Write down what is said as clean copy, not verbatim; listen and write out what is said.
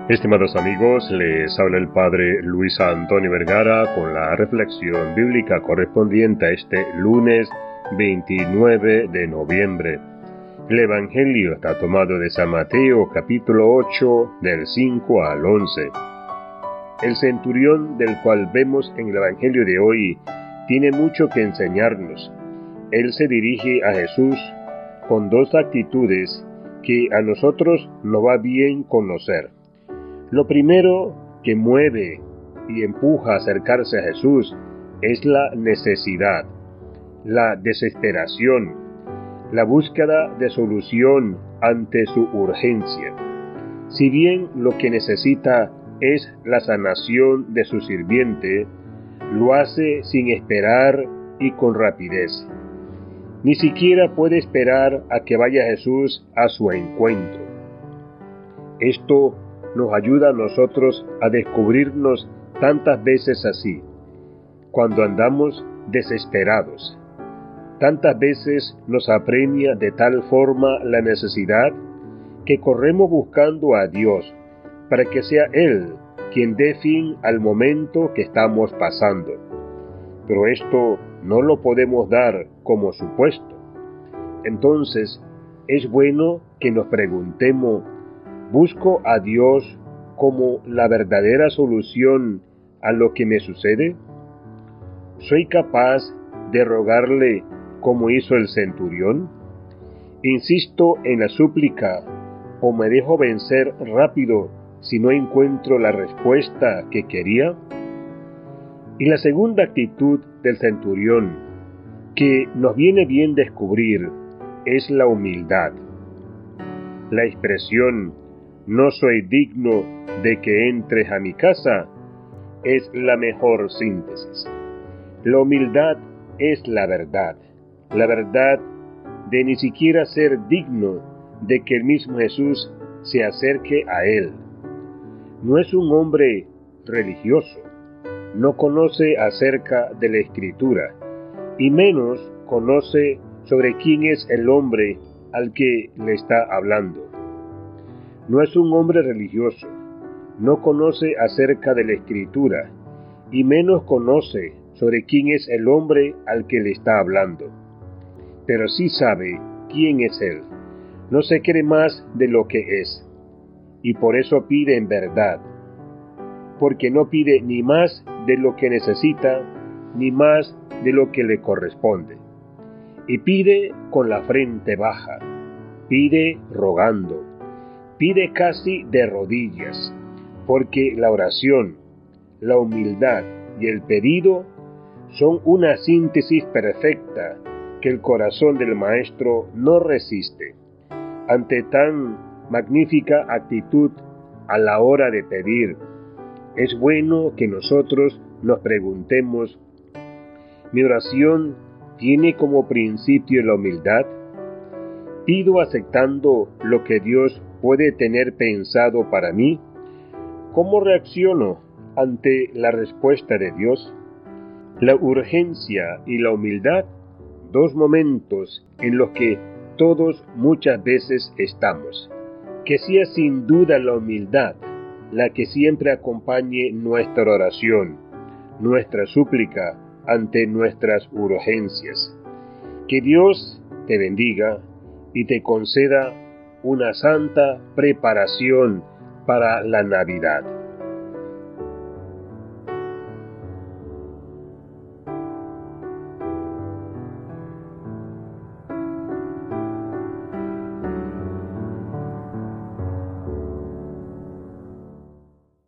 Estimados amigos, les habla el Padre Luis Antonio Vergara con la reflexión bíblica correspondiente a este lunes 29 de noviembre. El Evangelio está tomado de San Mateo capítulo 8 del 5 al 11. El centurión del cual vemos en el Evangelio de hoy tiene mucho que enseñarnos. Él se dirige a Jesús con dos actitudes que a nosotros nos va bien conocer. Lo primero que mueve y empuja a acercarse a Jesús es la necesidad, la desesperación, la búsqueda de solución ante su urgencia. Si bien lo que necesita es la sanación de su sirviente, lo hace sin esperar y con rapidez. Ni siquiera puede esperar a que vaya Jesús a su encuentro. Esto nos ayuda a nosotros a descubrirnos tantas veces así, cuando andamos desesperados. Tantas veces nos apremia de tal forma la necesidad que corremos buscando a Dios para que sea Él quien dé fin al momento que estamos pasando. Pero esto no lo podemos dar como supuesto. Entonces, es bueno que nos preguntemos: ¿busco a Dios como la verdadera solución a lo que me sucede? ¿Soy capaz de rogarle como hizo el centurión? ¿Insisto en la súplica o me dejo vencer rápido si no encuentro la respuesta que quería? Y la segunda actitud del centurión, que nos viene bien descubrir, es la humildad. La expresión "no soy digno de que entres a mi casa" es la mejor síntesis. La humildad es la verdad de ni siquiera ser digno de que el mismo Jesús se acerque a él. No es un hombre religioso, no conoce acerca de la Escritura, y menos conoce sobre quién es el hombre al que le está hablando. No es un hombre religioso, no conoce acerca de la Escritura, y menos conoce sobre quién es el hombre al que le está hablando. Pero sí sabe quién es él, no se cree más de lo que es, y por eso pide en verdad, porque no pide ni más de lo que necesita, ni más de lo que le corresponde. Y pide con la frente baja, pide rogando, pide casi de rodillas, porque la oración, la humildad y el pedido son una síntesis perfecta que el corazón del Maestro no resiste. Ante tan magnífica actitud a la hora de pedir, es bueno que nosotros nos preguntemos: ¿mi oración tiene como principio la humildad? ¿Pido aceptando lo que Dios puede tener pensado para mí? ¿Cómo reacciono ante la respuesta de Dios? La urgencia y la humildad, dos momentos en los que todos muchas veces estamos. Que sea sin duda la humildad la que siempre acompañe nuestra oración, nuestra súplica ante nuestras urgencias. Que Dios te bendiga y te conceda una santa preparación para la Navidad.